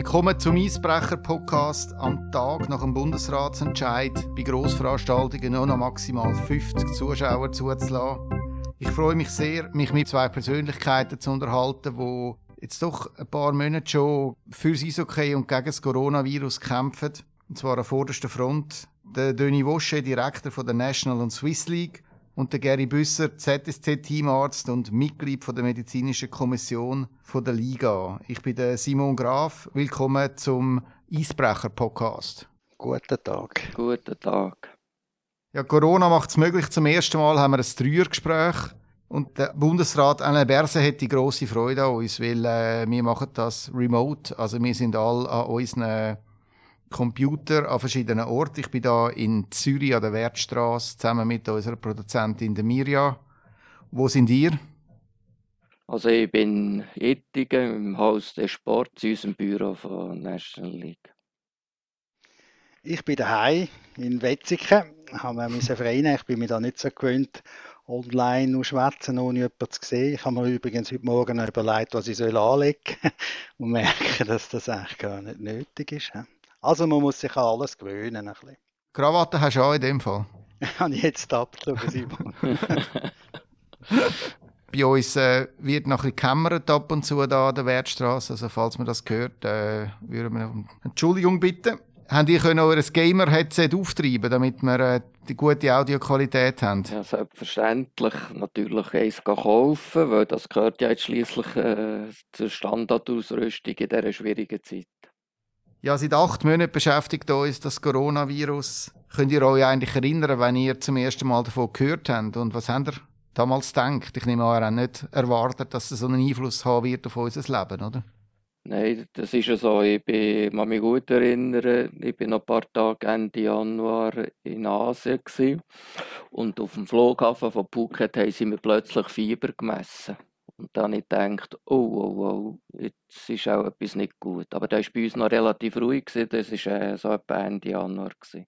Willkommen zum Eisbrecher-Podcast am Tag nach dem Bundesratsentscheid bei Grossveranstaltungen nur noch maximal 50 Zuschauer zuzulassen. Ich freue mich sehr, mich mit zwei Persönlichkeiten zu unterhalten, die jetzt doch ein paar Monate schon fürs Eishockey und gegen das Coronavirus kämpfen. Und zwar an vorderster Front. Der Denis Vaucher, Direktor von der National und Swiss League, und der Gary Büsser, ZSC-Teamarzt und Mitglied von der medizinischen Kommission von der Liga. Ich bin der Simon Graf. Willkommen zum Eisbrecher-Podcast. Guten Tag. Guten Tag. Ja, Corona macht es möglich. Zum ersten Mal haben wir ein Dreiergespräch. Und der Bundesrat Alain Berset hat die grosse Freude an uns, weil wir machen das remote. Also wir sind alle an unseren Computer an verschiedenen Orten. Ich bin da in Zürich an der Wertstraße zusammen mit unserer Produzentin der Mirja. Wo sind ihr? Also ich bin in Ittigen im Haus des Sports, in unserem Büro von National League. Ich bin daheim in Wetzikon. Haben wir verreinen. Ich bin mir da nicht so gewöhnt, online nur schwätzen, ohne jemanden zu sehen. Ich habe mir übrigens heute Morgen noch überlegt, was ich anlegen soll und merke, dass das eigentlich gar nicht nötig ist. Also man muss sich an alles gewöhnen. Ein bisschen. Krawatte hast du auch in dem Fall? Habe ich jetzt abgezogen, Simon. Bei uns wird noch ein bisschen gekämmert ab und zu da an der Wertstraße. Also falls man das hört, würden wir um Entschuldigung bitten. Habt ihr euer Gamer-Headset auftreiben, damit wir die gute Audioqualität haben? Ja, selbstverständlich natürlich eins kaufen, weil das gehört ja jetzt schliesslich zur Standardausrüstung in dieser schwierigen Zeit. Ja, seit 8 Monaten beschäftigt uns das Coronavirus. Könnt ihr euch eigentlich erinnern, wenn ihr zum ersten Mal davon gehört habt? Und was habt ihr damals gedacht? Ich nehme an, ihr habt nicht erwartet, dass es so einen Einfluss haben wird auf unser Leben, oder? Nein, das ist ja so. Ich kann mich gut erinnern, ich bin noch ein paar Tage Ende Januar in Asien gewesen. Und auf dem Flughafen von Phuket haben sie mir plötzlich Fieber gemessen. Und dann habe ich gedacht, oh, jetzt ist auch etwas nicht gut. Aber das war bei uns noch relativ ruhig gewesen. Das war so etwa Ende Januar gewesen.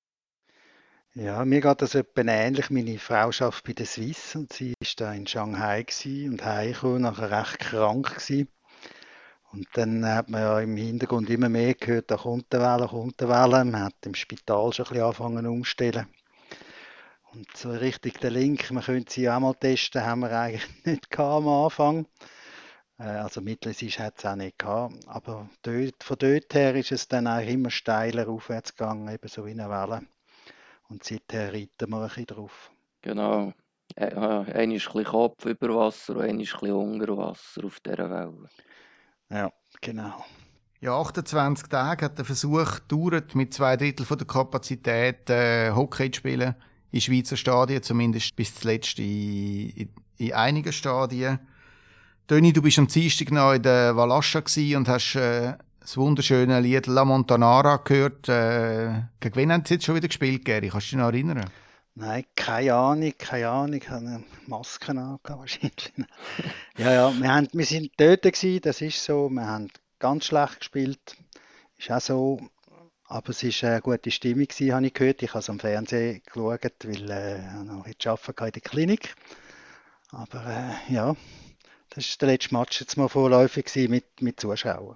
Ja, mir geht das etwa ähnlich. Meine Frau arbeitet bei der Swiss und sie war da in Shanghai und heimgekommen, nachher recht krank gewesen. Und dann hat man ja im Hintergrund immer mehr gehört, da kommt eine Welle. Man hat im Spital schon ein bisschen angefangen umzustellen. Und so richtig den Link, man könnte sie auch mal testen, haben wir eigentlich nicht gehabt am Anfang. Also mittlerweile hat es auch nicht gehabt. Aber von dort her ist es dann eigentlich immer steiler aufwärts gegangen, eben so wie eine Welle. Und seither reiten wir ein bisschen drauf. Genau. Einer ist ein bisschen Kopf über Wasser und einer ist ein bisschen unter Wasser auf dieser Welle. Ja, genau. Ja, 28 Tage hat der Versuch gedauert, mit 2/3 der Kapazität Hockey zu spielen. In Schweizer Stadien, zumindest bis zuletzt in einigen Stadien. Denis, du bist am Dienstag noch in der Valascha und hast das wunderschöne Lied La Montanara gehört. Gegen wen haben sie jetzt schon wieder gespielt, Gary? Kannst du dich noch erinnern? Nein, keine Ahnung. Ich habe eine Maske angehabt, wahrscheinlich. Ja, wir sind dort gewesen, das ist so. Wir haben ganz schlecht gespielt. Ist auch so. Aber es war eine gute Stimmung, habe ich gehört. Ich habe es am Fernsehen geschaut, weil ich noch heute arbeiten in der Klinik. Aber ja, das war der letzte Match jetzt mal vorläufig mit Zuschauern.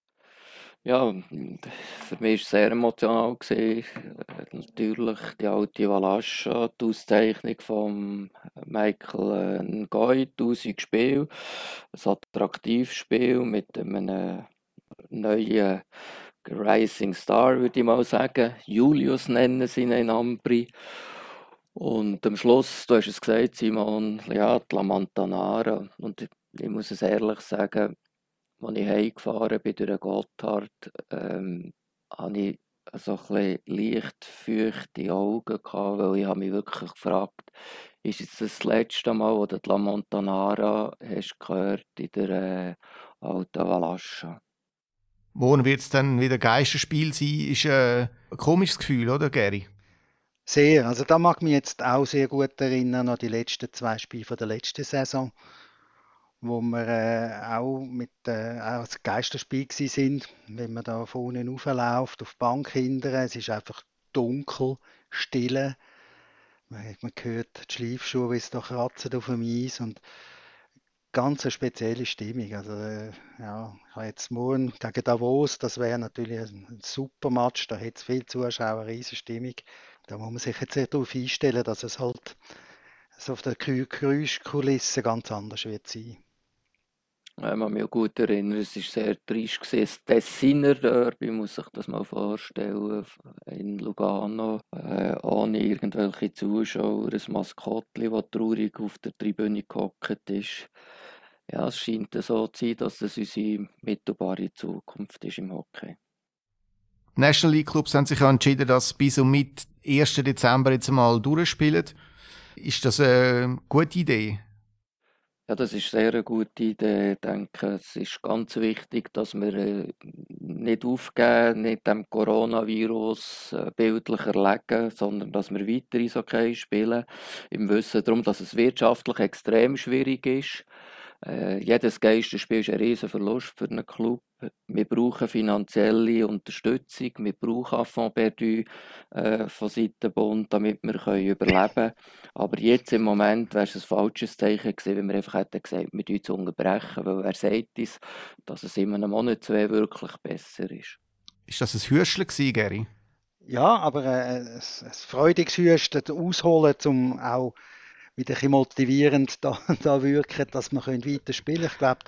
Ja, für mich war es sehr emotional gewesen. Natürlich die alte Valascha, die Auszeichnung von Michael Ngoy, 1000 Spiele. Ein attraktives Spiel mit einem neuen Rising Star, würde ich mal sagen. Julius nennen sie ihn in Ambri. Und am Schluss, du hast es gesagt, Simon, ja, die La Montanara. Und ich muss es ehrlich sagen, als ich heimgefahren bin durch den Gotthard, hatte ich so ein bisschen leicht feuchte Augen gehabt, weil ich habe mich wirklich gefragt, ist es das letzte Mal, wo du die La Montanara hast gehört in der alten Valascha? Morgen wird es dann wieder Geisterspiel sein. Ist ein komisches Gefühl, oder, Gary? Sehr. Also da mag ich mich jetzt auch sehr gut erinnern an die letzten 2 Spiele von der letzten Saison, wo wir auch auch als Geisterspiel sind, wenn man da vorne raufläuft, auf die Bank hinten. Es ist einfach dunkel, still. Man hört die Schleifschuhe, wie es da kratzen auf dem Eis. Und ganz eine spezielle Stimmung. Also, ja, ich habe jetzt morgen gegen Davos, das wäre natürlich ein super Match, da hätte es viele Zuschauer, riesige Stimmung. Da muss man sich jetzt sehr darauf einstellen, dass es halt so auf der Geräuschkulisse ganz anders wird sein. Ich kann mich auch gut erinnern, es war sehr trist gewesen. Das Tessiner Derby, muss sich das mal vorstellen, in Lugano, ohne irgendwelche Zuschauer, ein Maskottchen, das traurig auf der Tribüne gehockt ist. Ja, es scheint so zu sein, dass das unsere mittelbare Zukunft ist im Hockey. Die National League Clubs haben sich ja entschieden, dass sie bis und mit 1. Dezember jetzt mal durchspielen. Ist das eine gute Idee? Ja, das ist sehr eine gute Idee. Ich denke, es ist ganz wichtig, dass wir nicht aufgeben, nicht dem Coronavirus bildlich erlegen, sondern dass wir weiter Eishockey spielen. Im Wissen darum, dass es wirtschaftlich extrem schwierig ist. Jedes Geisterspiel ist ein riesen Verlust für einen Club. Wir brauchen finanzielle Unterstützung, wir brauchen Affront perdu von Seiten Bund, damit wir überleben können. Aber jetzt im Moment wäre es ein falsches Zeichen gewesen, wenn wir einfach hätten gesagt, wir uns unterbrechen, weil wer sagt uns, dass es in einem Monat, 2 wirklich besser ist. Ist das ein Hüschel gewesen, Gary? Ja, aber ein freudiges Hüsten ausholen, um auch wieder ein bisschen motivierend da wirken, dass wir weiter spielen können. Ich glaube,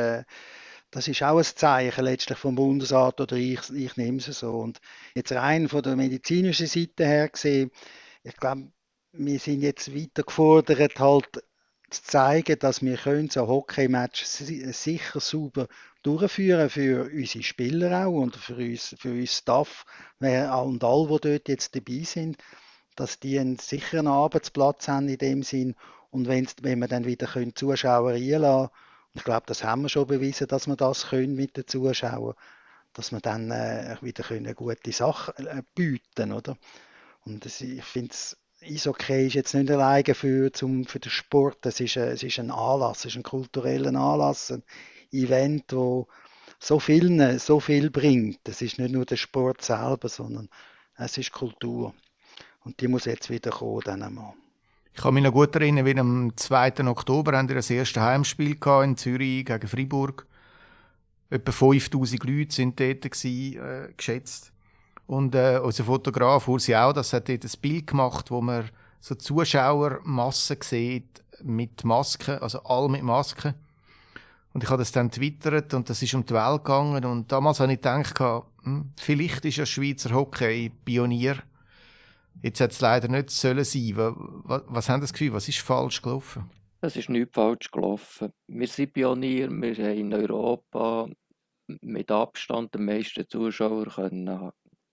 das ist auch ein Zeichen letztlich vom Bundesrat, oder ich nehme es so. Und jetzt rein von der medizinischen Seite her gesehen, ich glaube, wir sind jetzt weiter gefordert, halt zu zeigen, dass wir können so Hockey-Match sicher sauber durchführen für unsere Spieler auch und für uns Staff und all, die dort jetzt dabei sind, dass die einen sicheren Arbeitsplatz haben in dem Sinn und wenn wir dann wieder Zuschauer reinlassen, ich glaube, das haben wir schon bewiesen, dass wir das können mit den Zuschauern, dass wir dann wieder eine gute Sache bieten, oder? Und ich finde, Eishockey ist jetzt nicht alleine für den Sport, es ist ein Anlass, es ist ein kultureller Anlass, ein Event, wo so viel bringt. Es ist nicht nur der Sport selber, sondern es ist Kultur. Und die muss jetzt wieder kommen, dann einmal. Ich kann mich noch gut erinnern, wie am 2. Oktober haben wir das erste Heimspiel in Zürich gegen Freiburg. Etwa 5000 Leute waren dort geschätzt. Und unser Fotograf Ursi Audas hat dort ein Bild gemacht, wo man so Zuschauermassen sieht mit Masken, also alle mit Masken. Und ich habe das dann twittert und das ist um die Welt gegangen. Und damals habe ich gedacht, vielleicht ist ja Schweizer Hockey Pionier. Jetzt hat es leider nicht sollen sein. Was haben das Gefühl? Was ist falsch gelaufen? Es ist nichts falsch gelaufen. Wir sind Pionier, wir haben in Europa mit Abstand den meisten Zuschauer reinlassen.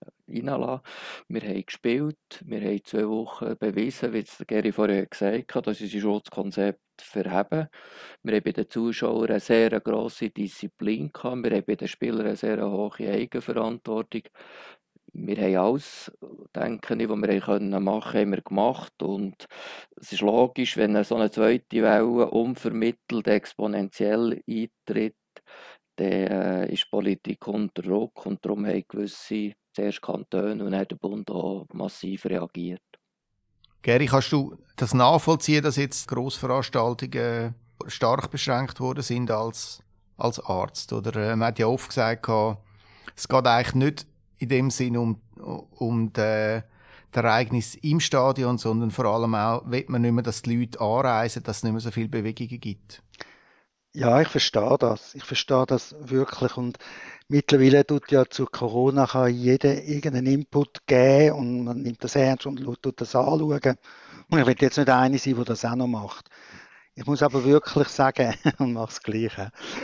Wir haben gespielt, wir haben 2 Wochen bewiesen, wie es Geri vorher gesagt hat, dass unser Schutzkonzept verheben. Wir haben bei den Zuschauern eine sehr grosse Disziplin gehabt, wir haben bei den Spielern eine sehr hohe Eigenverantwortung. Wir haben alles, denke ich, was wir machen konnten, haben wir gemacht. Und es ist logisch, wenn so eine zweite Welle unvermittelt exponentiell eintritt, dann ist die Politik unter Druck und darum haben gewisse, zuerst Kantone und dann der Bund auch massiv reagiert. Geri, kannst du das nachvollziehen, dass jetzt Grossveranstaltungen stark beschränkt worden sind als Arzt? Oder man hat ja oft gesagt, es geht eigentlich nicht in dem Sinn um das Ereignis im Stadion, sondern vor allem auch, will man nicht mehr, dass die Leute anreisen, dass es nicht mehr so viele Bewegungen gibt. Ja, ich verstehe das. Ich verstehe das wirklich. Und mittlerweile tut ja zu Corona kann jeder irgendeinen Input geben und man nimmt das ernst und tut das anschauen. Und ich will jetzt nicht einer sein, der das auch noch macht. Ich muss aber wirklich sagen, und mache es gleich,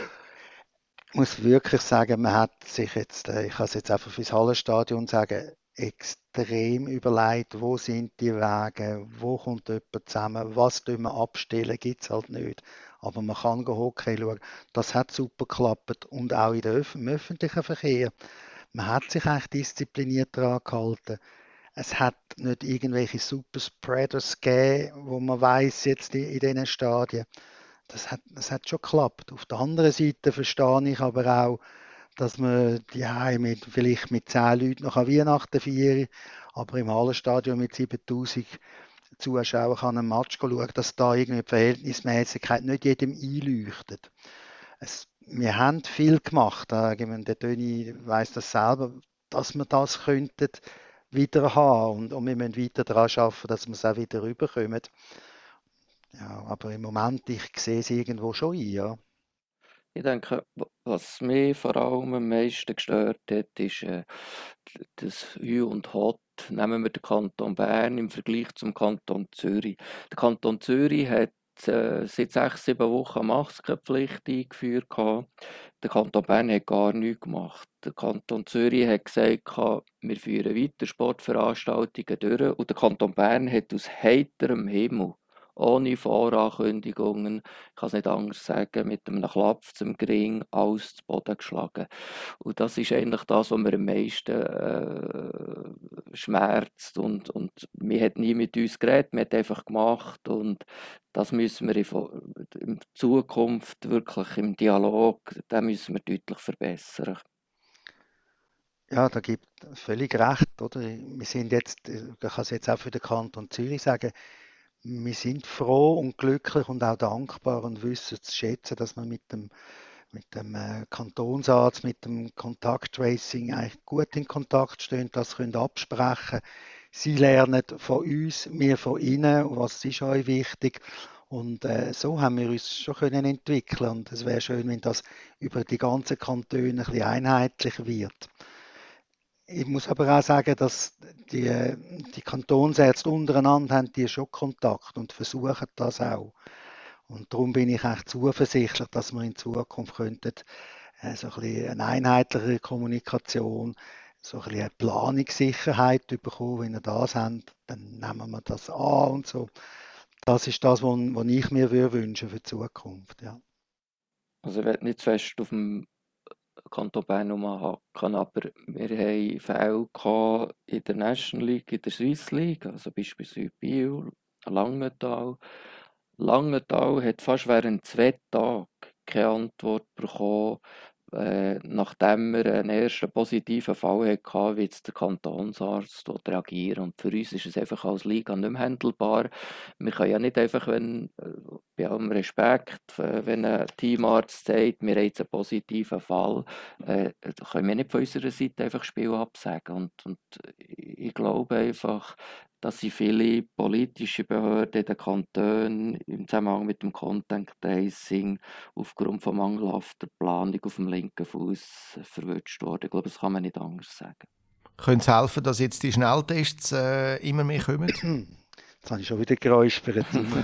ich muss wirklich sagen, man hat sich jetzt, ich kann es jetzt einfach fürs Hallenstadion sagen, extrem überlegt, wo sind die Wege, wo kommt jemand zusammen, was tun wir abstellen, gibt es halt nicht. Aber man kann Hockey schauen. Das hat super geklappt und auch im öffentlichen Verkehr. Man hat sich eigentlich diszipliniert daran gehalten. Es hat nicht irgendwelche Superspreaders gegeben, wo man weiss jetzt in diesen Stadien. Das hat schon geklappt. Auf der anderen Seite verstehe ich aber auch, dass man vielleicht mit 10 Leuten noch an Weihnachten feiern kann, aber im Hallenstadion mit 7000 Zuschauer kann einen Match schauen, dass da irgendwie die Verhältnismäßigkeit nicht jedem einleuchtet. Wir haben viel gemacht, der Töni weiss das selber, dass wir das könnten wieder haben und wir müssen weiter daran arbeiten, dass wir es auch wieder rüberkommen. Ja, aber im Moment, ich sehe es irgendwo schon ein, ja. Ich denke, was mich vor allem am meisten gestört hat, ist das Hü und Hott. Nehmen wir den Kanton Bern im Vergleich zum Kanton Zürich. Der Kanton Zürich hat seit 6, 7 Wochen eine Maskenpflicht eingeführt. Der Kanton Bern hat gar nichts gemacht. Der Kanton Zürich hat gesagt, wir führen weiter Sportveranstaltungen durch. Und der Kanton Bern hat aus heiterem Himmel, ohne Vorankündigungen, ich kann es nicht anders sagen, mit einem Klapp zum Gring alles zu Boden geschlagen. Und das ist eigentlich das, was mir am meisten schmerzt. Und man hat nie mit uns geredet, man hat einfach gemacht. Und das müssen wir in Zukunft wirklich im Dialog, den müssen wir deutlich verbessern. Ja, da gibt völlig recht, oder? Wir sind jetzt, ich kann es jetzt auch für den Kanton Zürich sagen, wir sind froh und glücklich und auch dankbar und wissen zu schätzen, dass wir mit dem Kantonsarzt, mit dem Kontakttracing eigentlich gut in Kontakt stehen, das können absprechen. Sie lernen von uns, wir von ihnen, was ist euch wichtig. Und so haben wir uns schon können entwickeln. Und es wäre schön, wenn das über die ganzen Kantone ein bisschen einheitlich wird. Ich muss aber auch sagen, dass die Kantonsärzte untereinander haben die schon Kontakt und versuchen das auch. Und darum bin ich echt zuversichtlich, dass wir in Zukunft könnten, so ein bisschen eine einheitliche Kommunikation, so ein bisschen eine Planungssicherheit bekommen. Wenn wir das haben, dann nehmen wir das an und so. Das ist das, was ich mir wünschen für die Zukunft. Ja. Also ich will nicht zu fest auf dem Kanton Bern rumhacken, aber wir haben Fälle in der National League, in der Swiss League, also beispielsweise Biel, Langenthal. Langenthal hat fast während 2 Tagen keine Antwort bekommen, nachdem wir einen ersten positiven Fall hatten, wie jetzt der Kantonsarzt reagieren. Und für uns ist es einfach als Liga nicht mehr handelbar. Wir können ja nicht einfach, bei allem Respekt, wenn ein Teamarzt sagt, wir haben jetzt einen positiven Fall, können wir nicht von unserer Seite einfach Spiel absagen. Und ich glaube einfach, dass sie viele politische Behörden in den Kantonen im Zusammenhang mit dem Content Tracing aufgrund von mangelhafter Planung auf dem linken Fuß verwünscht worden. Ich glaube, das kann man nicht anders sagen. Könnte es helfen, dass jetzt die Schnelltests immer mehr kommen? Jetzt habe ich schon wieder geräuspert.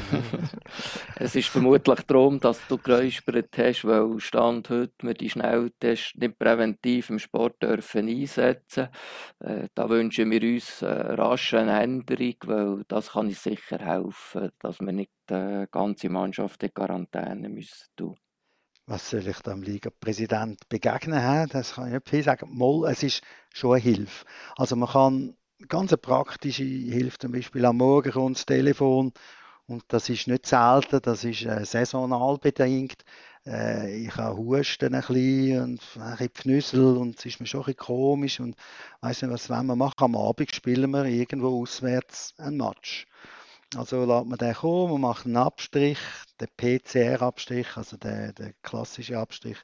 Es ist vermutlich darum, dass du geräuspert hast, weil Stand heute wir die Schnelltests nicht präventiv im Sport dürfen einsetzen. Da wünschen wir uns rasch eine Änderung, weil das kann uns sicher helfen, dass wir nicht die ganze Mannschaft in Quarantäne müssen tun. Was soll ich dem Liga-Präsident begegnen? Das kann ich nicht viel sagen. Mal, es ist schon eine Hilfe. Also man kann ganz eine praktische Hilfe, zum Beispiel am Morgen kommt das Telefon und das ist nicht selten, das ist saisonal bedingt. Ich habe Husten ein bisschen und ein bisschen Pfnüssel und es ist mir schon ein bisschen komisch und weiss nicht, was wollen wir machen. Am Abend spielen wir irgendwo auswärts ein Match. Also lässt man den kommen, man macht einen Abstrich, den PCR-Abstrich, also der klassische Abstrich,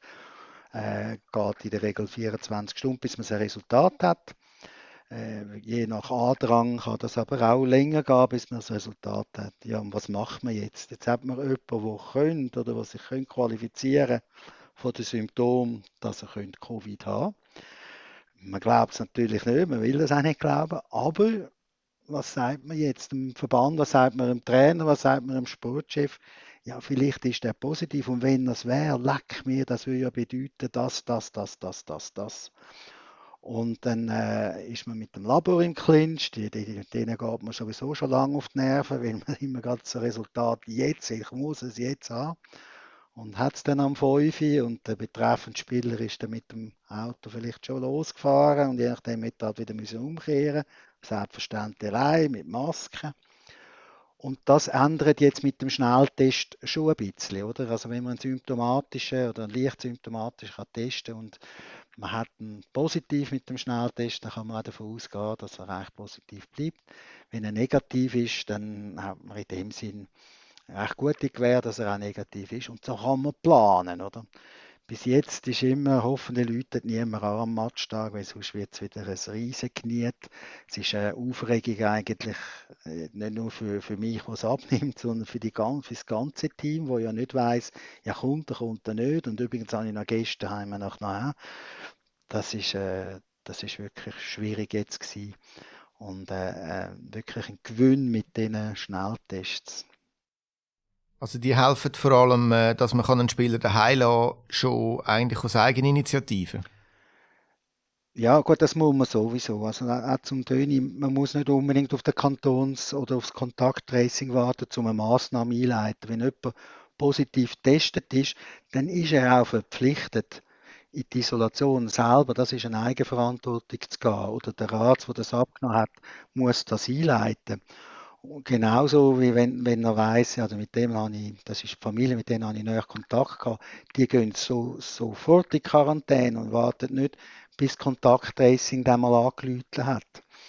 geht in der Regel 24 Stunden, bis man ein Resultat hat. Je nach Andrang kann das aber auch länger gehen, bis man das Resultat hat. Ja, und was macht man jetzt? Jetzt hat man jemanden, der könnte oder was sich qualifizieren von den Symptomen, dass er Covid haben könnte. Man glaubt es natürlich nicht, man will das auch nicht glauben, aber was sagt man jetzt dem Verband, was sagt man dem Trainer, was sagt man dem Sportchef? Ja, vielleicht ist der positiv und wenn das wäre, leck mir, das würde ja bedeuten, das. Und dann ist man mit dem Labor im Clinch, denen geht man sowieso schon lange auf die Nerven, weil man immer gerade das Resultat jetzt, ich muss es jetzt haben. Und hat es dann am 5 Uhr und der betreffende Spieler ist dann mit dem Auto vielleicht schon losgefahren und je nachdem mit halt wieder umkehren. Selbstverständlich allein mit Maske. Und das ändert jetzt mit dem Schnelltest schon ein bisschen, oder? Also wenn man einen symptomatischen oder einen leicht symptomatischen kann testen und man hat ihn positiv mit dem Schnelltest, dann kann man auch davon ausgehen, dass er eigentlich positiv bleibt. Wenn er negativ ist, dann hat man in dem Sinn recht gute Gewähr, dass er auch negativ ist. Und so kann man planen, oder? Bis jetzt ist immer, hoffentlich läutet niemand an am Matchtag, weil sonst wird es wieder ein riesen Geniet. Es ist eine Aufregung eigentlich nicht nur für mich, was abnimmt, sondern für das ganze Team, wo ja nicht weiss, ja kommt er nicht. Und übrigens habe ich noch gestern heim nachher. Das ist wirklich schwierig jetzt gewesen. Und wirklich ein Gewinn mit diesen Schnelltests. Also die helfen vor allem, dass man einen Spieler daheim lassen kann, schon eigentlich aus Eigeninitiative. Ja, gut, das muss man sowieso. Also auch zum Töni, man muss nicht unbedingt auf den Kantons- oder aufs Kontakttracing warten, um eine Massnahme einzuleiten. Wenn jemand positiv getestet ist, dann ist er auch verpflichtet, in die Isolation selber, das ist eine Eigenverantwortung zu gehen. Oder der Arzt, der das abgenommen hat, muss das einleiten. Und genauso wie wenn er weiss, also mit dem habe ich, das ist die Familie, mit denen habe ich näher Kontakt gehabt, die gehen sofort in Quarantäne und warten nicht, bis Kontakttracing dann mal angeläutet hat.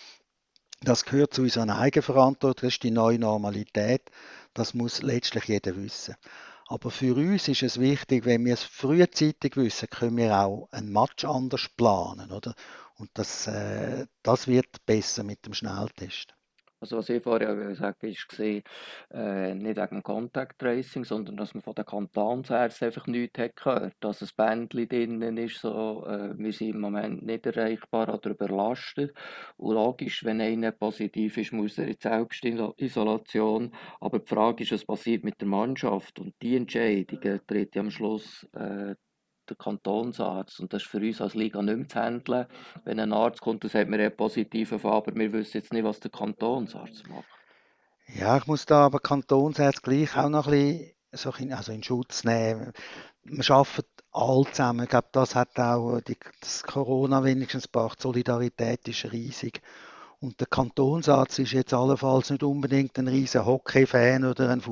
Das gehört zu unserer Eigenverantwortung, das ist die neue Normalität, das muss letztlich jeder wissen. Aber für uns ist es wichtig, wenn wir es frühzeitig wissen, können wir auch einen Match anders planen, oder? Und das wird besser mit dem Schnelltest. Also was ich vorher sagen wollte, war, nicht wegen dem Contact Tracing, sondern dass man von den Kantonsärzten einfach nichts hat gehört. Dass ein Bändchen drinnen ist, so, wir sind im Moment nicht erreichbar oder überlastet. Und logisch, wenn einer positiv ist, muss er in die Selbstisolation. Aber die Frage ist, was passiert mit der Mannschaft? Und die Entscheidungen tritt ja am Schluss der Kantonsarzt. Und das ist für uns als Liga nicht mehr zu handeln. Wenn ein Arzt kommt und sagt, wir haben positiven Fall, aber wir wissen jetzt nicht, was der Kantonsarzt macht. Ja, ich muss da aber Kantonsärzte gleich auch noch ein bisschen also in Schutz nehmen. Wir arbeiten alle zusammen. Ich glaube, das hat auch das Corona wenigstens gebracht. Die Solidarität ist riesig. Und der Kantonsarzt ist jetzt allenfalls nicht unbedingt ein riesen Hockey-Fan oder ein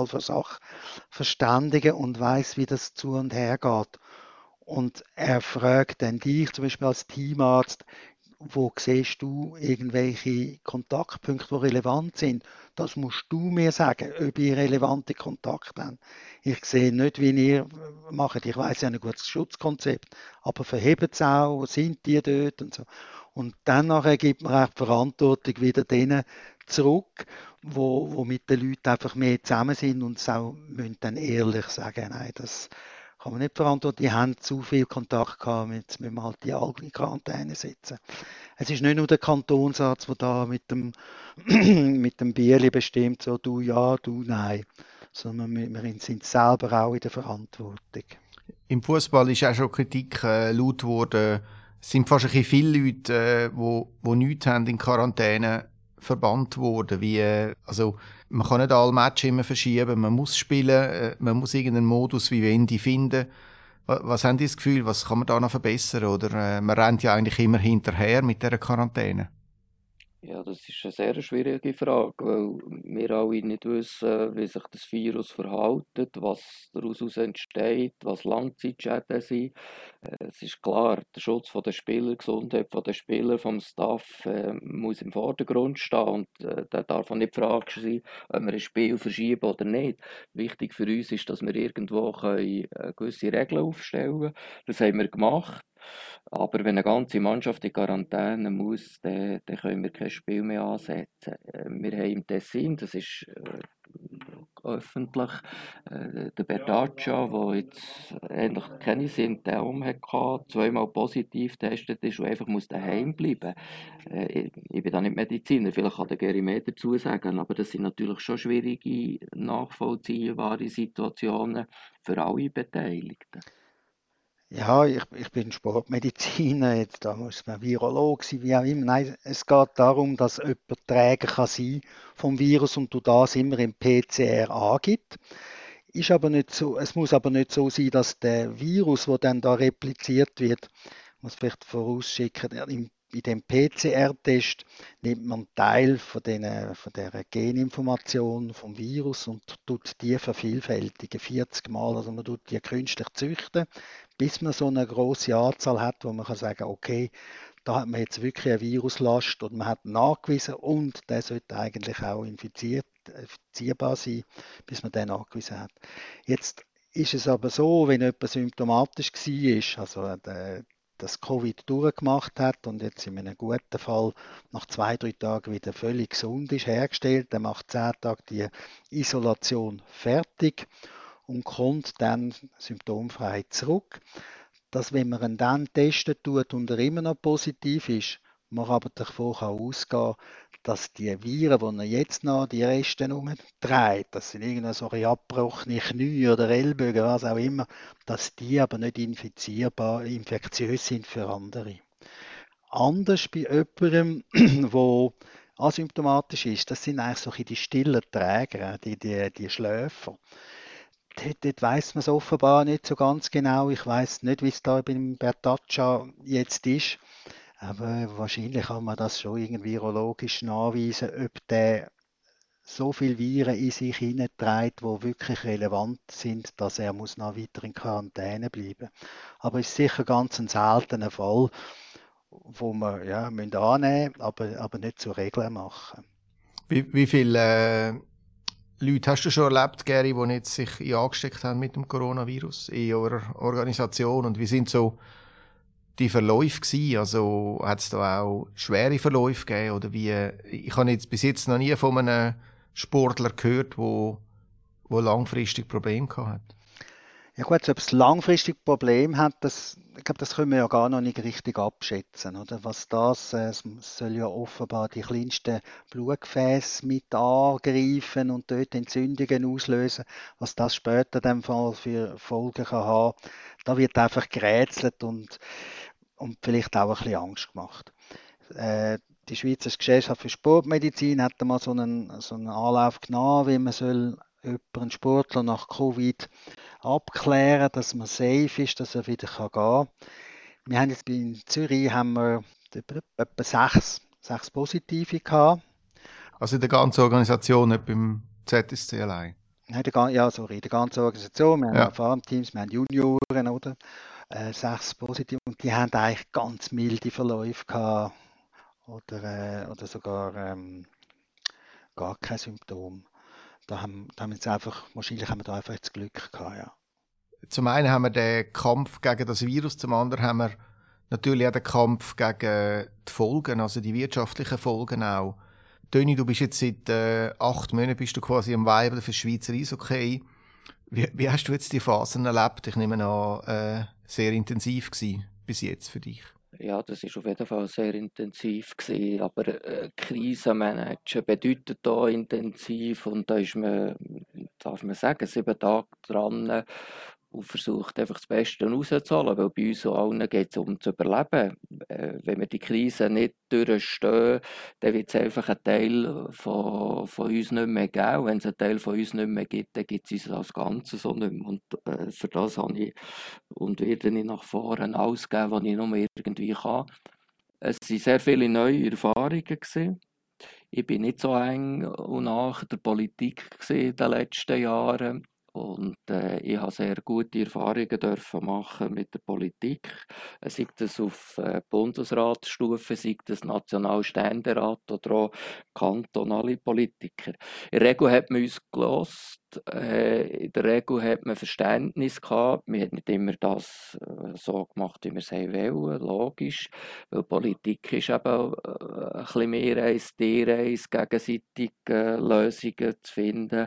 Fußballsachverständiger und weiß, wie das zu und her geht. Und er fragt dann dich zum Beispiel als Teamarzt, wo siehst du irgendwelche Kontaktpunkte, die relevant sind? Das musst du mir sagen, ob ihr relevante Kontakte habt. Ich sehe nicht, wie ihr macht. Ich weiß ja ein gutes Schutzkonzept, aber verhebt es auch, sind die dort und so. Und dann nachher gibt man auch die Verantwortung wieder denen zurück, wo mit den Leuten einfach mehr zusammen sind und es auch müssen dann ehrlich sagen, nein, das kann man nicht verantworten. Die haben zu viel Kontakt gehabt, jetzt müssen wir halt die alle in Quarantäne setzen. Es ist nicht nur der Kantonsarzt, der da mit dem, mit dem Bierli bestimmt, so du ja, du nein, sondern wir sind selber auch in der Verantwortung. Im Fußball ist auch schon Kritik laut geworden. Es sind fast ein bisschen viele Leute, die nichts haben, in Quarantäne verbannt worden. Also man kann nicht alle Matches immer verschieben, man muss spielen, man muss irgendeinen Modus wie Wendy finden. Was haben Sie das Gefühl, was kann man da noch verbessern? Oder man rennt ja eigentlich immer hinterher mit dieser Quarantäne. Ja, das ist eine sehr schwierige Frage, weil wir alle nicht wissen, wie sich das Virus verhält, was daraus entsteht, was Langzeitschäden sind. Es ist klar, der Schutz der Spieler, die Gesundheit der Spieler, vom Staff muss im Vordergrund stehen und da darf auch nicht die Frage sein, ob wir ein Spiel verschieben oder nicht. Wichtig für uns ist, dass wir irgendwo gewisse Regeln aufstellen können. Das haben wir gemacht. Aber wenn eine ganze Mannschaft in Quarantäne muss, dann können wir kein Spiel mehr ansetzen. Wir haben im Tessin, das ist öffentlich, der Bertaccia, der jetzt ähnlich keine Symptome hatte, zweimal positiv getestet ist und einfach muss daheim bleiben. Ich bin da nicht Mediziner, vielleicht kann der Geri mehr dazu sagen, aber das sind natürlich schon schwierige, nachvollziehbare Situationen für alle Beteiligten. Ja, ich bin Sportmediziner, jetzt da muss man Virolog sein, wie auch immer. Nein, es geht darum, dass jemand Träger kann sein vom Virus und du das immer im PCR angibt. Ist aber nicht so, es muss aber nicht so sein, dass der Virus, der dann da repliziert wird, ich muss vielleicht vorausschicken, in dem PCR-Test nimmt man Teil von der Geninformation vom Virus und tut die vervielfältigen, 40 Mal. Also man tut die künstlich züchten bis man so eine grosse Anzahl hat, wo man kann sagen, okay, da hat man jetzt wirklich eine Viruslast und man hat ihn nachgewiesen und der sollte eigentlich auch infizierbar sein, bis man den nachgewiesen hat. Jetzt ist es aber so, wenn jemand symptomatisch war, also das Covid durchgemacht hat und jetzt in einem guten Fall nach 2, 3 Tagen wieder völlig gesund ist, hergestellt, dann macht 10 Tage die Isolation fertig und kommt dann symptomfrei zurück, dass wenn man ihn dann testen tut und er immer noch positiv ist, man aber davon ausgehen kann, dass die Viren, die er jetzt noch die Reste herumträgt, das sind irgendwo so abgebrochene Knie oder Ellbogen, was auch immer, dass die aber nicht infektiös sind für andere. Anders bei jemandem, der asymptomatisch ist, das sind eigentlich so die stillen Träger, die Schläfer. Dort weiss man es offenbar nicht so ganz genau. Ich weiss nicht, wie es da beim Bertaccia jetzt ist. Aber wahrscheinlich kann man das schon irgendwie virologisch nachweisen, ob der so viele Viren in sich hineinträgt, die wirklich relevant sind, dass er muss noch weiter in Quarantäne bleiben. Aber es ist sicher ganz ein seltener Fall, wo wir annehmen müssen, aber nicht zur Regel machen. Wie viele Leute hast du schon erlebt, Gary, die jetzt sich angesteckt haben mit dem Coronavirus in eurer Organisation? Und wie sind so die Verläufe gewesen? Also hat es da auch schwere Verläufe gegeben? Oder wie? Ich habe jetzt bis jetzt noch nie von einem Sportler gehört, wo langfristig Probleme gehabt hat. Ja gut, ob es langfristig Probleme hat, ich glaube, das können wir ja gar noch nicht richtig abschätzen. Oder? Es soll ja offenbar die kleinsten Blutgefäße mit angreifen und dort Entzündungen auslösen. Was das später in dem Fall für Folgen kann haben, da wird einfach gerätselt und vielleicht auch ein bisschen Angst gemacht. Die Schweizer Gesellschaft für Sportmedizin hat einmal so einen Anlauf genommen, wie man einen Sportler nach Covid abklären, dass man safe ist, dass er wieder gehen kann. Wir haben jetzt in Zürich etwa 6 Positive gehabt. Also in der ganzen Organisation, nicht beim ZSC allein? Nein, in der ganzen Organisation. Wir haben Farmteams, wir haben Junioren, oder? 6 Positive. Und die haben eigentlich ganz milde Verläufe gehabt. Oder sogar gar kein Symptom. Wahrscheinlich haben wir da einfach das Glück gehabt, ja. Zum einen haben wir den Kampf gegen das Virus, zum anderen haben wir natürlich auch den Kampf gegen die Folgen, also die wirtschaftlichen Folgen auch. Töni, du bist jetzt seit 8 Monaten bist du quasi am Weibeln für das Schweizer Eishockey. Wie hast du jetzt die Phasen erlebt? Ich nehme an, sehr intensiv gewesen bis jetzt für dich. Ja, das war auf jeden Fall sehr intensiv gewesen, aber Krisenmanagen bedeutet da intensiv und da ist man, darf man sagen, 7 Tage dran und versucht einfach das Beste rauszuholen, weil bei uns allen geht es um zu überleben. Wenn wir die Krise nicht durchstehen, dann wird es einfach einen Teil von uns nicht mehr geben. Wenn es einen Teil von uns nicht mehr gibt, dann gibt es uns als Ganzes so nicht mehr. Und für das habe ich und werde ich nach vorne alles geben, was ich nur irgendwie kann. Es waren sehr viele neue Erfahrungen gewesen. Ich bin nicht so eng und nach der Politik in den letzten Jahren. Und ich habe sehr gute Erfahrungen dürfen machen mit der Politik. Sei das auf Bundesratsstufe, sei das Nationalständerat oder auch kantonale Politiker. In der Regel hat man uns gehört, in der Regel hat man Verständnis gehabt. Man hat nicht immer das so gemacht, wie wir es wollen, logisch. Weil Politik ist eben ein bisschen mehr als Tierreis, gegenseitig Lösungen zu finden.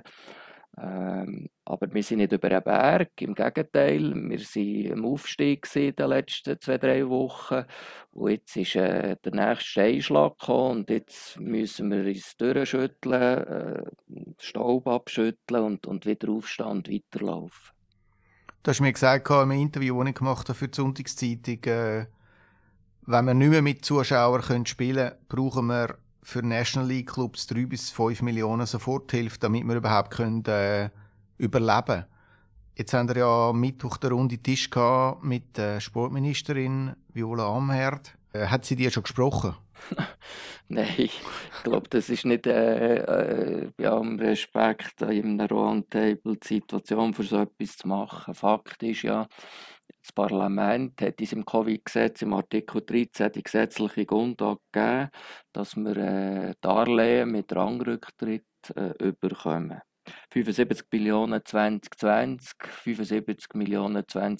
Aber wir sind nicht über einen Berg, im Gegenteil, wir waren am Aufstieg in den letzten 2, 3 Wochen und jetzt ist der nächste Einschlag gekommen und jetzt müssen wir uns durchschütteln, Staub abschütteln und wieder aufstehen und weiterlaufen. Du hast mir gesagt im Interview, das ich gemacht habe für die Sonntagszeitung, wenn wir nicht mehr mit Zuschauern spielen können, brauchen wir für National League Clubs 3 bis 5 Millionen Soforthilfe, damit wir überhaupt können, überleben. Jetzt haben wir ja am Mittwoch den runden Tisch gehabt mit der Sportministerin Viola Amherd. Hat sie dir schon gesprochen? Nein, ich glaube, das ist nicht im Respekt in einer Roundtable die Situation für so etwas zu machen. Fakt ist ja, Das Parlament hat uns im Covid-Gesetz im Artikel 13 die gesetzliche Grundlage gegeben, dass wir Darlehen mit Rangrücktritt überkommen. 75 Millionen 2020, 75 Millionen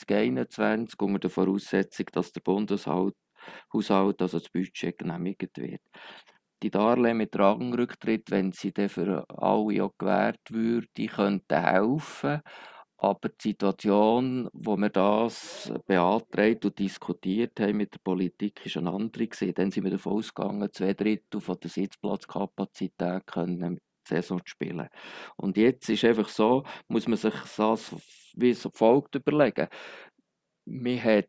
2021, unter der Voraussetzung, dass der Bundeshaushalt, also das Budget, genehmigt wird. Die Darlehen mit Rangrücktritt, wenn sie dann für alle auch gewährt würden, könnten helfen. Aber die Situation, wo wir das beantragt und diskutiert haben mit der Politik, ist eine andere gewesen. Dann sind wir davon ausgegangen, 2/3 von der Sitzplatzkapazität können die Saison spielen. Und jetzt ist einfach so, muss man sich das wie so folgt überlegen. Man hat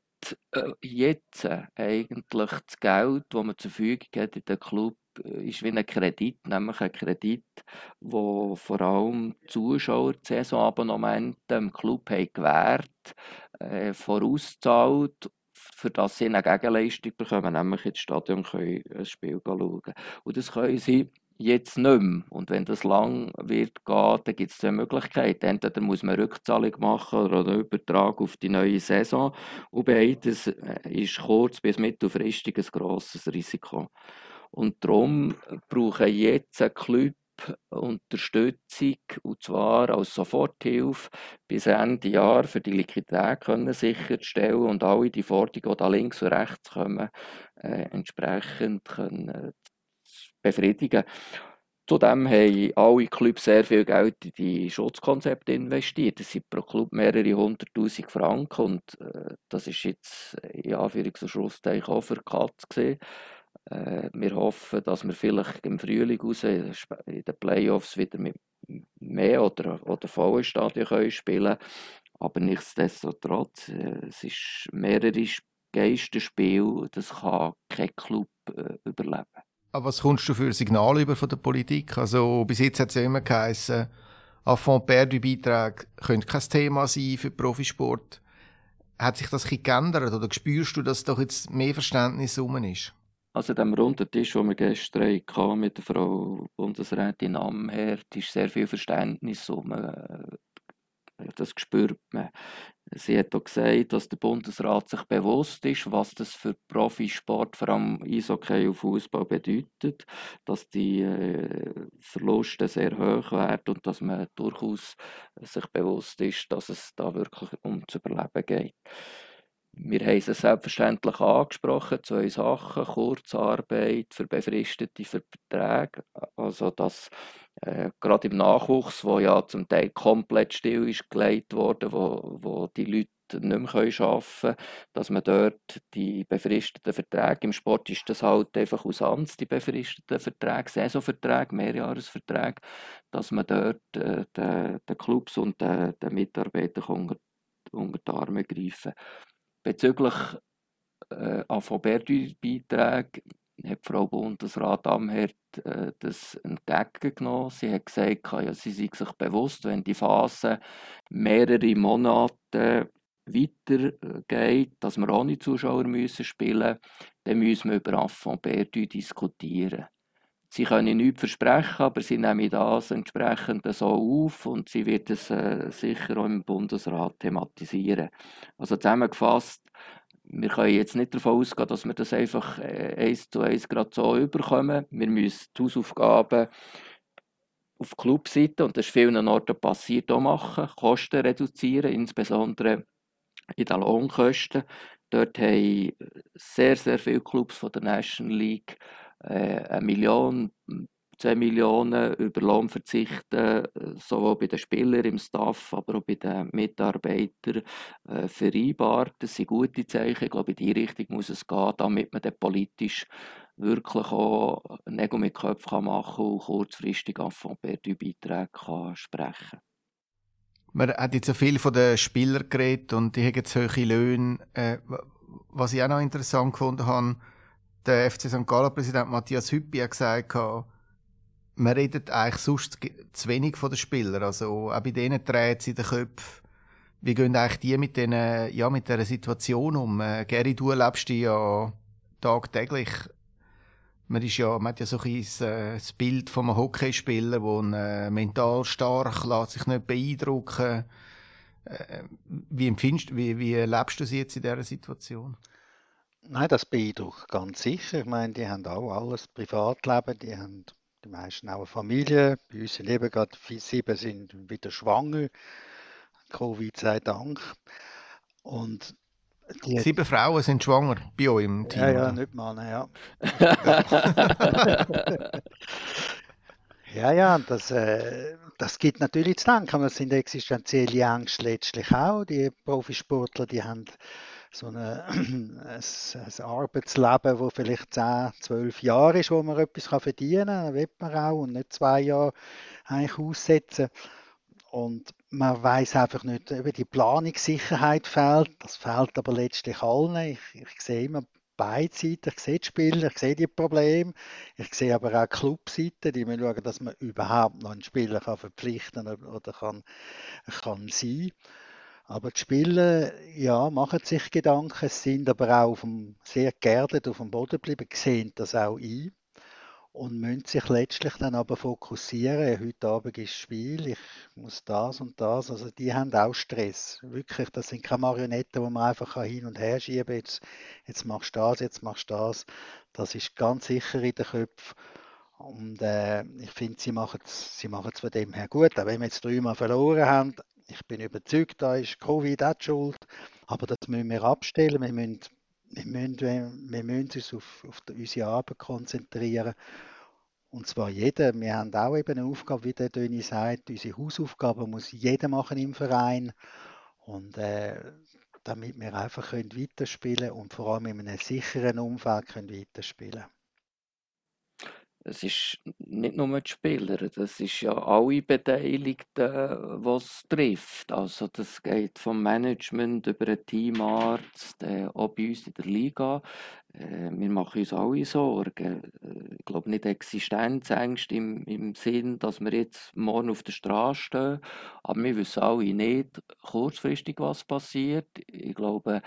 jetzt eigentlich das Geld, das man zur Verfügung hat in den Club, ist wie ein Kredit, nämlich ein Kredit, wo vor allem die Zuschauer die Saisonabonnemente im Club haben gewährt, vorauszahlt, für das sie eine Gegenleistung bekommen, nämlich ins Stadion können ein Spiel schauen. Und das können sie jetzt nicht mehr. Und wenn das lang wird gehen, dann gibt es zwei Möglichkeiten. Entweder muss man Rückzahlung machen oder einen Übertrag auf die neue Saison. Und beides ist kurz- bis mittelfristig ein grosses Risiko. Und darum brauchen jetzt ein Club Unterstützung, und zwar als Soforthilfe bis Ende Jahr für die Liquidität können sicherzustellen und alle die Forderungen, die da links und rechts kommen, entsprechend können befriedigen. Zudem haben alle Clubs sehr viel Geld in die Schutzkonzepte investiert. Das sind pro Club mehrere 100'000 Franken und das ist jetzt in Anführungs- und Schlusszeichen auch für die Katz gewesen. Wir hoffen, dass wir vielleicht im Frühling raus in den Playoffs wieder mit mehr oder vollen Stadien können spielen. Aber nichtsdestotrotz, es ist mehrere Geisterspiele, das kann kein Club überleben. Aber was kommst du für Signale über von der Politik? Also bis jetzt hat es ja immer geheißen, Affront perdu-Beiträge können kein Thema sein für Profisport. Hat sich das ein bisschen geändert oder spürst du, dass doch jetzt mehr Verständnis rum ist? Also an dem runden Tisch, den wir gestern hatten mit der Frau Bundesrätin Amherd, ist sehr viel Verständnis rum. Das spürt man. Sie hat auch gesagt, dass der Bundesrat sich bewusst ist, was das für Profisport, vor allem Eishockey und Fußball, bedeutet, dass die Verluste sehr hoch werden und dass man durchaus sich bewusst ist, dass es da wirklich ums Überleben geht. Wir haben es selbstverständlich angesprochen, 2 Sachen: Kurzarbeit für befristete Verträge, also dass gerade im Nachwuchs, wo ja zum Teil komplett still ist gelegt worden, wo die Leute nicht mehr arbeiten können, dass man dort die befristeten Verträge, im Sport ist das halt einfach aus Amts, die befristeten Verträge, Saisonverträge, Mehrjahresverträge, dass man dort den Clubs und den Mitarbeitern unter die Arme greifen kann. Bezüglich Affront perdu-Beiträgen hat Frau Bundesrat Amherd das entgegengenommen. Sie hat gesagt, ja, sie sei sich bewusst, wenn die Phase mehrere Monate weitergeht, dass wir ohne Zuschauer spielen müssen, dann müssen wir über Affront perdu diskutieren. Sie können nichts versprechen, aber sie nehmen das entsprechend so auf und sie wird es sicher auch im Bundesrat thematisieren. Also zusammengefasst, wir können jetzt nicht davon ausgehen, dass wir das einfach 1:1 gerade so überkommen. Wir müssen die Hausaufgaben auf Clubseite, und das ist vielen Orten passiert, auch machen, Kosten reduzieren, insbesondere in den Lohnkosten. Dort haben sehr, sehr viele Clubs von der National League 1 Million, 2 Millionen über Lohn verzichten, sowohl bei den Spielern im Staff, aber auch bei den Mitarbeitern vereinbart. Das sind gute Zeichen. Ich glaube, in die Richtung muss es gehen, damit man dann politisch wirklich auch Nägel mit Köpfen machen kann und kurzfristig Affront perdu-Beiträge sprechen kann. Man hat jetzt so viel von den Spielern geredet und die haben jetzt hohe Löhne. Was ich auch noch interessant gefunden habe, der FC St. Gallen-Präsident Matthias Hüppi hat gesagt, man redet eigentlich sonst zu wenig von den Spielern. Also auch bei denen dreht es in den Köpfen. Wie gehen eigentlich die mit dieser Situation um? Gary, du erlebst die ja tagtäglich. Man hat ja so ein das Bild von einem Hockeyspieler, der mental stark lässt sich nicht beeindrucken. Wie erlebst du sie jetzt in dieser Situation? Nein, das beeindruckt ganz sicher. Ich meine, die haben auch alles Privatleben, die haben die meisten auch eine Familie. Bei uns sind eben gerade 7 sind wieder schwanger, Covid sei Dank. Und die, 7 Frauen sind schwanger bei euch im ja, Team, ja, oder? nicht Männer, ja. Ja, ja, das gibt natürlich zu denken. Das sind existenzielle Ängste letztlich auch. Die Profisportler, die haben so ein Arbeitsleben, das vielleicht 10, 12 Jahre ist, wo man etwas verdienen kann. Das will man auch und nicht 2 Jahre eigentlich aussetzen. Und man weiß einfach nicht, eben die Planungssicherheit fehlt. Das fehlt aber letztlich allen. Ich sehe immer beide Seiten. Ich sehe die Spieler, ich sehe die Probleme. Ich sehe aber auch die Clubseiten, die müssen schauen, dass man überhaupt noch einen Spieler verpflichten kann oder kann sein. Aber die Spieler, ja, machen sich Gedanken, sind aber auch sehr geerdet auf dem Boden geblieben, sehen das auch ein und müssen sich letztlich dann aber fokussieren. Heute Abend ist das Spiel, ich muss das und das. Also die haben auch Stress. Wirklich, das sind keine Marionetten, wo man einfach hin und her schieben kann. Jetzt machst du das, jetzt machst du das. Das ist ganz sicher in den Köpfen. Und ich finde, sie machen es von dem her gut. Auch wenn wir jetzt 3-mal verloren haben, ich bin überzeugt, da ist Covid auch die schuld. Aber das müssen wir abstellen. Wir müssen uns auf unsere Arbeit konzentrieren. Und zwar jeder. Wir haben auch eben eine Aufgabe, wie der Döni sagt, unsere Hausaufgaben muss jeder machen im Verein. Und damit wir einfach weiterspielen können und vor allem in einem sicheren Umfeld weiterspielen können. Es ist nicht nur die Spieler, das ist ja alle Beteiligten, die es trifft. Also das geht vom Management über den Teamarzt, auch bei uns in der Liga. Wir machen uns alle Sorgen. Ich glaube nicht Existenzängste im Sinn, dass wir jetzt morgen auf der Straße stehen, aber wir wissen alle nicht kurzfristig, was passiert. Ich glaube,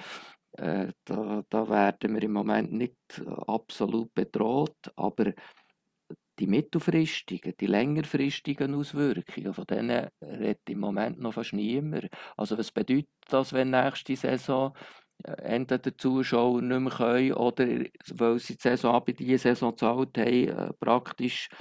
da werden wir im Moment nicht absolut bedroht, aber die mittelfristigen, die längerfristigen Auswirkungen, von denen redet im Moment noch fast niemand. Also was bedeutet das, wenn nächste Saison entweder die Zuschauer nicht mehr können oder weil sie die Saison bei dieser Saison gezahlt haben, praktisch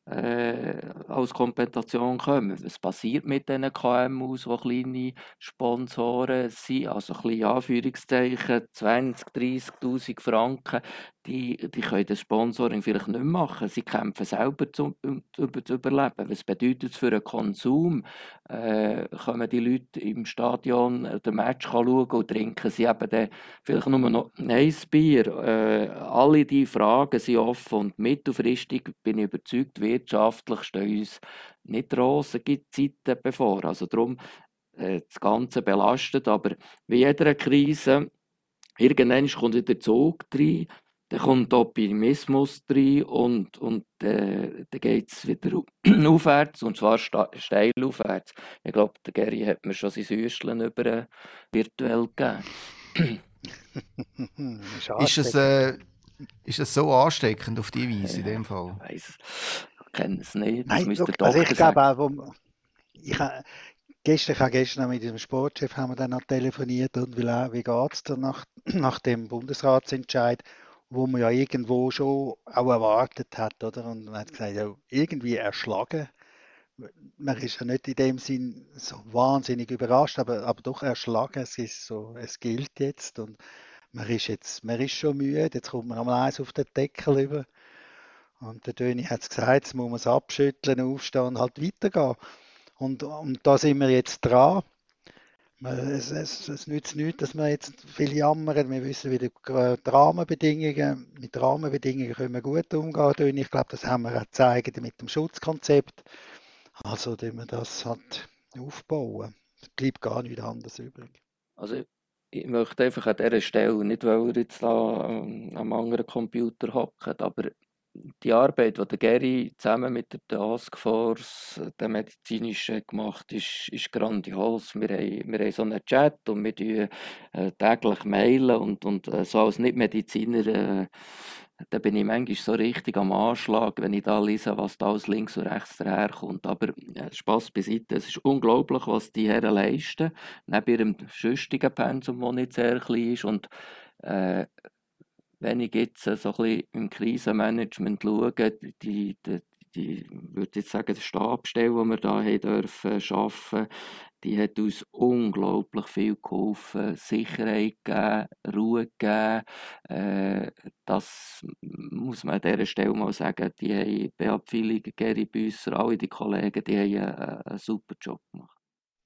als Kompensation kommen. Was passiert mit diesen KMUs, die kleine Sponsoren sind, also kleine Anführungszeichen, 20.000, 30.000 Franken, die können das Sponsoring vielleicht nicht machen. Sie kämpfen selber zu überleben. Was bedeutet es für den Konsum? Kommen die Leute im Stadion den Match schauen und trinken sie eben dann vielleicht nur noch ein Bier? Alle diese Fragen sind offen und mittelfristig bin ich überzeugt, wirtschaftlich stehen uns nicht rosige Zeiten bevor. Also darum, das Ganze belastet, aber wie jeder Krise, irgendwann kommt wieder der Zug rein, dann kommt Optimismus rein und dann geht es wieder aufwärts, und zwar steil aufwärts. Ich glaube, der Geri hat mir schon sein Häuschen über virtuell gegeben. Ist es so ansteckend auf die Weise in dem Fall? Ich weiss, ich kenne es nicht, das Nein, müsste der also Doktor ich glaube sagen. auch, gestern mit dem Sportchef haben wir dann noch telefoniert und wie geht es dann nach dem Bundesratsentscheid, wo man ja irgendwo schon auch erwartet hat, oder? Und man hat gesagt, ja, irgendwie erschlagen. Man ist ja nicht in dem Sinn so wahnsinnig überrascht, aber doch erschlagen. Es ist so, es gilt jetzt und man ist schon müde. Jetzt kommt man einmal eins auf den Deckel über. Und der Döni hat es gesagt, jetzt muss man es abschütteln, aufstehen und halt weitergehen. Und da sind wir jetzt dran. Es nützt nichts, dass wir jetzt viel jammern. Wir wissen, wie die Rahmenbedingungen, mit Rahmenbedingungen können wir gut umgehen. Ich glaube, das haben wir auch gezeigt mit dem Schutzkonzept. Also, dass wir das halt aufbauen. Es bleibt gar nichts anderes übrig. Also ich möchte einfach an dieser Stelle, nicht weil er jetzt da am anderen Computer hockt, aber die Arbeit, die der Geri zusammen mit der Taskforce, der medizinischen, gemacht ist grandios. Wir haben so einen Chat und wir täglich mailen und so als Nicht-Mediziner da bin ich manchmal so richtig am Anschlag, wenn ich da lese, was da aus links und rechts daherkommt. Aber Spass beiseite, es ist unglaublich, was die Herren leisten, neben ihrem sonstigen Pensum, das nicht sehr klein ist. Und äh, wenn ich jetzt so ein bisschen im Krisenmanagement schaue, die würde jetzt sagen, die Stabsstelle, die wir da haben dürfen schaffen, die hat uns unglaublich viel geholfen, Sicherheit gegeben, Ruhe gegeben. Das muss man an dieser Stelle mal sagen. Die haben Beat Pfilliger, Geri Büsser, alle die Kollegen, die haben einen super Job gemacht.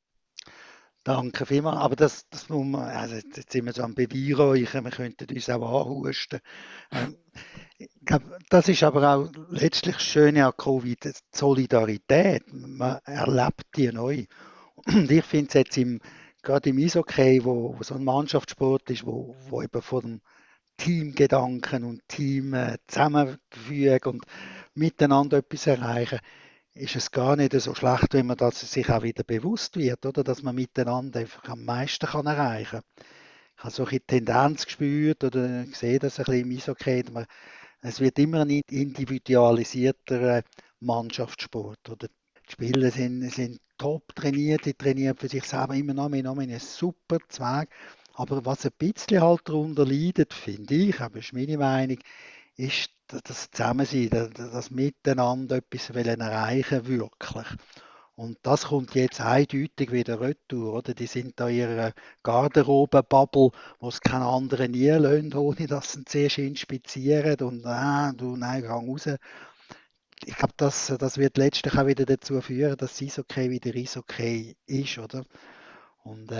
Danke vielmals. Aber das muss man, also jetzt sind wir so am Beweihräuchern, wir könnten uns auch anhusten. Ich glaube, das ist aber auch letztlich das Schöne an Covid, die Solidarität. Man erlebt die neu. Und ich finde es jetzt gerade im Eishockey, wo so ein Mannschaftssport ist, wo eben von dem Teamgedanken und Team zusammenfügen und miteinander etwas erreichen, ist es gar nicht so schlecht, wenn man das sich auch wieder bewusst wird, oder? Dass man miteinander einfach am meisten kann erreichen kann. Ich habe so eine Tendenz gespürt oder gesehen, dass ein bisschen im Eishockey, es wird immer ein individualisierter Mannschaftssport. Oder? Die Spieler sind top trainiert, sie trainieren für sich selber immer noch mehr einen super Zweig. Aber was ein bisschen halt darunter leidet, finde ich, aber das ist meine Meinung, ist das Zusammensein, das Miteinander etwas erreichen wirklich. Und das kommt jetzt eindeutig wieder retour, oder? Die sind da in ihrer Garderobe-Bubble, wo es keinen anderen nie lassen, ohne dass sie ihn zuerst inspizieren und nein, gang raus. Ich glaube, das wird letztlich auch wieder dazu führen, dass das Eishockey wieder Eishockey ist, oder? Und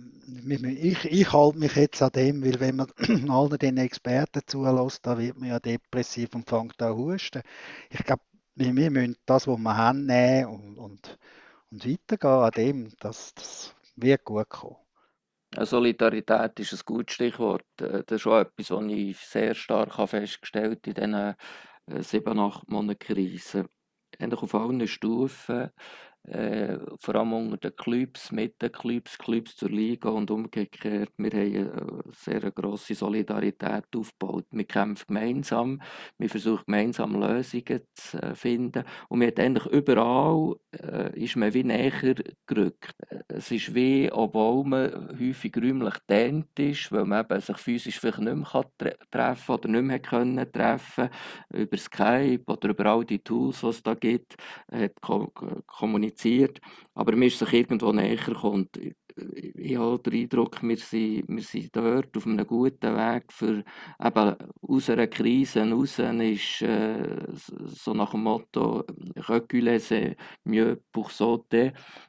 ich halte mich jetzt an dem, weil wenn man allen den Experten zulässt, da wird man ja depressiv und fängt an zu husten. Ich glaube, wir müssen das, was wir haben, nehmen und weitergehen an dem. Das wird gut kommen. Solidarität ist ein gutes Stichwort. Das ist auch etwas, was ich sehr stark festgestellt habe in diesen 7-8 Monaten Krise. Eigentlich auf allen Stufen, vor allem unter den Clubs, mit den Clubs zur Liga und umgekehrt. Wir haben eine sehr grosse Solidarität aufgebaut. Wir kämpfen gemeinsam, wir versuchen gemeinsam Lösungen zu finden und wir hat eigentlich überall ist man wie näher gerückt. Es ist wie, obwohl man häufig räumlich getrennt ist, weil man eben sich physisch vielleicht nicht mehr treffen oder nicht mehr können treffen über Skype oder über all die Tools, die es da gibt, hat kommuniziert. Aber man ist sich irgendwo näher gekommen. Ich habe den Eindruck, wir sind dort auf einem guten Weg für eben aus einer Krise raus ist so nach dem Motto «Reculer, c'est mieux pour sauter».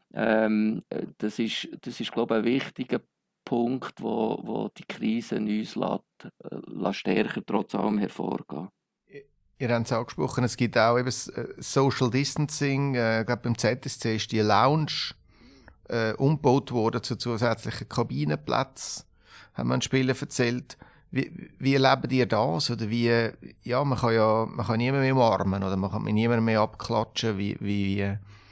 Das ist, glaube ich, ein wichtiger Punkt, wo die Krise uns lässt stärker trotz allem hervorgehen. Ihr habt es angesprochen, es gibt auch eben Social Distancing. Ich glaube, beim ZSC ist die Lounge umgebaut worden zu zusätzlichen Kabinenplätzen, haben wir einen Spieler erzählt. Wie erlebt ihr das? Oder man kann niemanden mehr umarmen oder man kann mit niemandem mehr abklatschen. Wie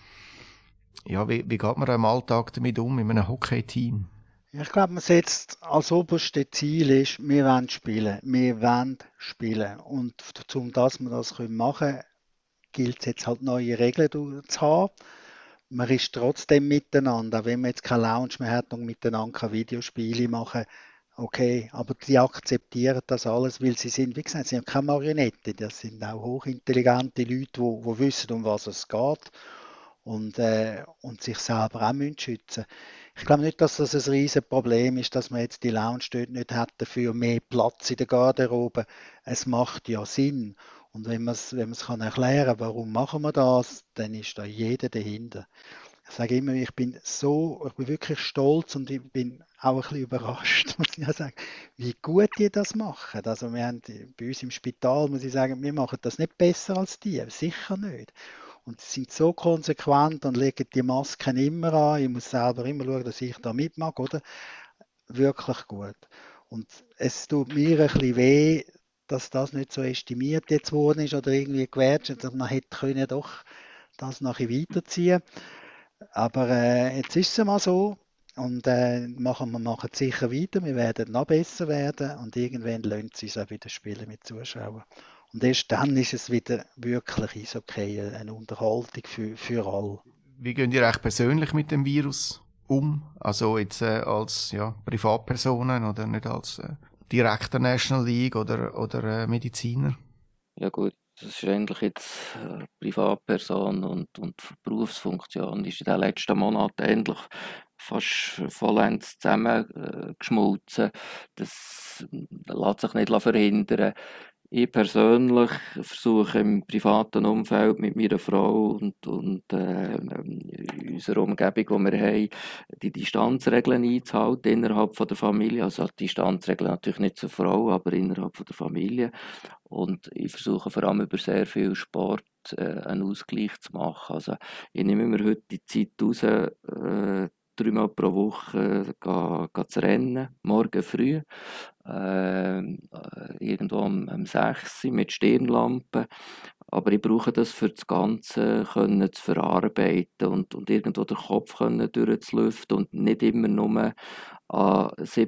geht man im Alltag damit um, in einem Hockey-Team? Ich glaube, man setzt als oberstes Ziel ist, wir wollen spielen. Wir wollen spielen. Und um dass wir das machen können, gilt es jetzt halt neue Regeln zu haben. Man ist trotzdem miteinander, auch wenn man jetzt keine Lounge mehr hat und miteinander keine Videospiele machen. Okay, aber die akzeptieren das alles, weil sie sind, wie gesagt, sie sind keine Marionetten. Das sind auch hochintelligente Leute, die wissen, um was es geht und sich selber auch schützen müssen. Ich glaube nicht, dass das ein riesiges Problem ist, dass man jetzt die Lounge dort nicht hat, dafür mehr Platz in der Garderobe. Es macht ja Sinn. Und wenn man es erklären kann, warum machen wir das, dann ist da jeder dahinter. Ich sage immer, ich bin wirklich stolz und ich bin auch ein bisschen überrascht, muss ich sagen, wie gut die das machen. Also wir haben bei uns im Spital, muss ich sagen, wir machen das nicht besser als die, sicher nicht. Und sie sind so konsequent und legen die Masken immer an. Ich muss selber immer schauen, dass ich da mitmache, oder? Wirklich gut. Und es tut mir ein bisschen weh, dass das nicht so estimiert jetzt worden ist oder irgendwie gewertschätzt, dass man hätte können doch das nachher weiterziehen. Aber jetzt ist es mal so. Und machen sicher weiter. Wir werden noch besser werden und irgendwann lohnt es sich auch wieder spielen mit Zuschauern. Und erst dann ist es wieder wirklich Eishockey, eine Unterhaltung für alle. Wie geht ihr eigentlich persönlich mit dem Virus um? Also jetzt als Privatpersonen oder nicht als direkter National League oder Mediziner? Ja gut, das ist eigentlich jetzt Privatperson und Berufsfunktion ist in den letzten Monaten endlich fast vollends zusammengeschmolzen. Das lässt sich nicht verhindern. Ich persönlich versuche im privaten Umfeld mit meiner Frau und unserer Umgebung, die wir haben, die Distanzregeln einzuhalten innerhalb von der Familie. Also die Distanzregeln natürlich nicht zur Frau, aber innerhalb von der Familie. Und ich versuche vor allem über sehr viel Sport einen Ausgleich zu machen. Also ich nehme mir heute die Zeit raus, 3-mal pro Woche zu rennen, morgen früh, irgendwo um 6 Uhr mit Stirnlampe. Aber ich brauche das für das Ganze können zu verarbeiten und irgendwo den Kopf können durchzulüften und nicht immer nur an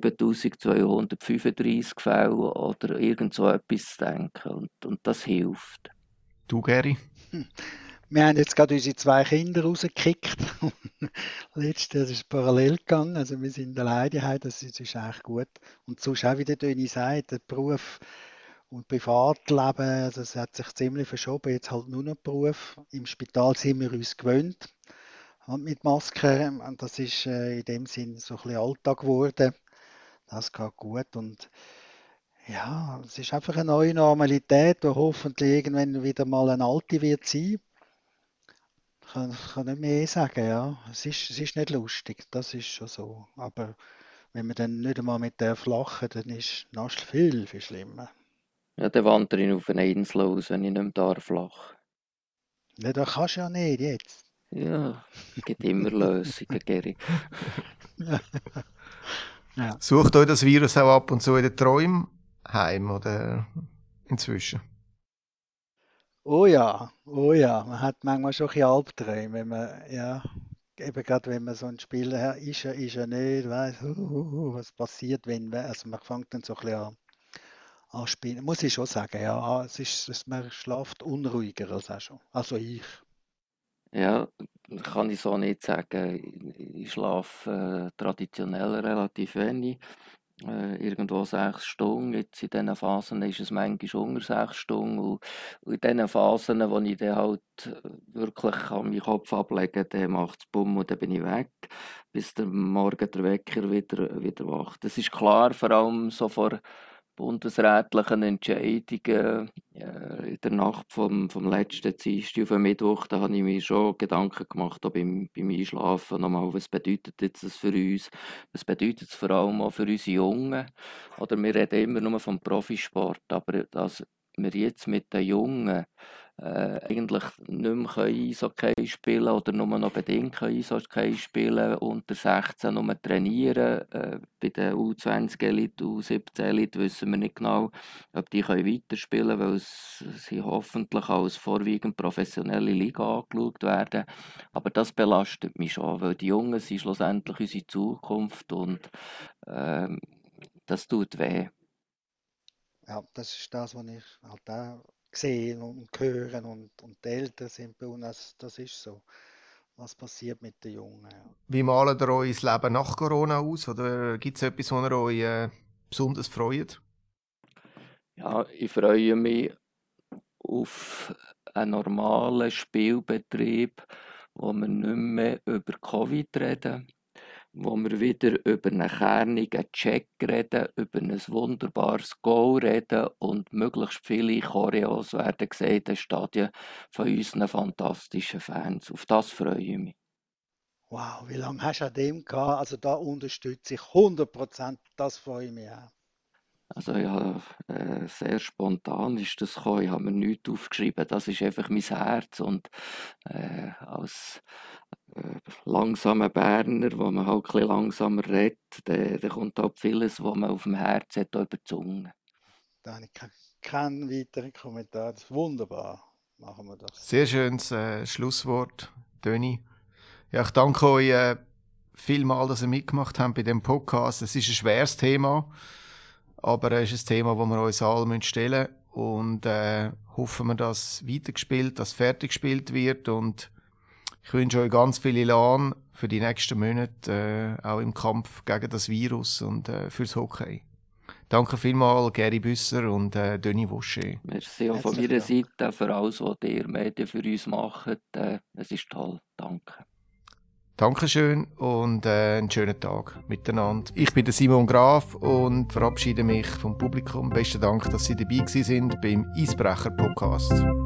7235 Fälle oder irgend so etwas zu denken. Und das hilft. Du, Gary? Wir haben jetzt gerade unsere 2 Kinder rausgekickt. Das ist parallel gegangen. Also wir sind alleine daheim, das ist eigentlich gut. Und sonst auch, wie der Döni sagt, der Beruf und Privatleben, also es hat sich ziemlich verschoben. Jetzt halt nur noch Beruf. Im Spital sind wir uns gewöhnt. Und mit Maske, und das ist in dem Sinn so ein bisschen Alltag geworden. Das geht gut und ja, es ist einfach eine neue Normalität, die hoffentlich irgendwann wieder mal eine alte wird sein. Ich kann nicht mehr sagen, ja. Es ist nicht lustig, das ist schon so. Aber wenn man dann nicht einmal mit der flachen, dann ist das viel, viel schlimmer. Ja, dann wandere ich auf eine Insel aus, wenn ich nicht mehr darf lachen. Ja, das kannst du ja nicht jetzt. Ja, es gibt immer Lösungen, Geri. Ja. Ja. Sucht euch das Virus auch ab und zu in den Träumen heim oder inzwischen? Oh ja, oh ja. Man hat manchmal schon ein bisschen Albträume, wenn man, ja, eben gerade wenn man so ein Spieler ist er nicht, weiss, was passiert, wenn wir, also man fängt dann so ein bisschen an spielen. Muss ich schon sagen, ja, man schlaft unruhiger als auch schon. Also ich. Ja, kann ich so nicht sagen. Ich schlafe traditionell relativ wenig. Irgendwo 6 Stunden. Jetzt in diesen Phasen ist es manchmal unter 6 Stunden. Und in diesen Phasen, wo ich dann halt wirklich an meinen Kopf ablegen kann, dann macht es Bumm und dann bin ich weg, bis der Morgen der Wecker wieder wacht. Das ist klar, vor allem so vor bundesrätlichen Entscheidungen in der Nacht vom letzten Dienstag auf den Mittwoch, da habe ich mir schon Gedanken gemacht, auch beim Einschlafen nochmal, was bedeutet jetzt das für uns? Was bedeutet es vor allem auch für unsere Jungen? Oder wir reden immer nur vom Profisport, aber dass wir jetzt mit den Jungen eigentlich nicht mehr Eishockey spielen oder nur noch bedingt Eishockey spielen, unter 16 nur trainieren. Bei den U20-Elite, U17-Elite wissen wir nicht genau, ob die weiterspielen können, weil sie hoffentlich als vorwiegend professionelle Liga angeschaut werden. Aber das belastet mich schon, weil die Jungen sind schlussendlich unsere Zukunft und das tut weh. Ja, das ist das, was ich halt auch sehe und höre und die Eltern sind bei uns, das ist so. Was passiert mit den Jungen? Ja. Wie malt ihr euch das Leben nach Corona aus? Oder gibt es etwas, wo ihr euch besonders freut? Ja, ich freue mich auf einen normalen Spielbetrieb, wo wir nicht mehr über Covid reden, wo wir wieder über einen kernigen Check reden, über ein wunderbares Goal reden und möglichst viele Choreos werden gesehen in den Stadien von unseren fantastischen Fans. Auf das freue ich mich. Wow, wie lange hast du an dem gehabt? Also da unterstütze ich 100%, das freue ich mich auch. Also ja, sehr spontan ist das gekommen. Ich habe mir nichts aufgeschrieben. Das ist einfach mein Herz und als langsamer Berner, wo man halt ein bisschen langsamer redet, dann kommt halt vieles, was man auf dem Herz hat, auch über die Zunge. Da habe ich keinen weiteren Kommentar. Das ist wunderbar. Machen wir das. Sehr schönes Schlusswort, Döni. Ja, ich danke euch vielmals, dass ihr mitgemacht habt bei dem Podcast. Es ist ein schweres Thema, aber es ist ein Thema, das wir uns alle stellen müssen. Und hoffen wir, dass weitergespielt, dass fertig gespielt wird. Und ich wünsche euch ganz viel Elan für die nächsten Monate, auch im Kampf gegen das Virus und fürs Hockey. Danke vielmals, Gary Büsser und Denis Vaucher. Merci auch von meiner Seite für alles, was ihr Medien für uns macht. Es ist toll. Danke. Dankeschön und einen schönen Tag miteinander. Ich bin der Simon Graf und verabschiede mich vom Publikum. Besten Dank, dass Sie dabei waren beim Eisbrecher-Podcast.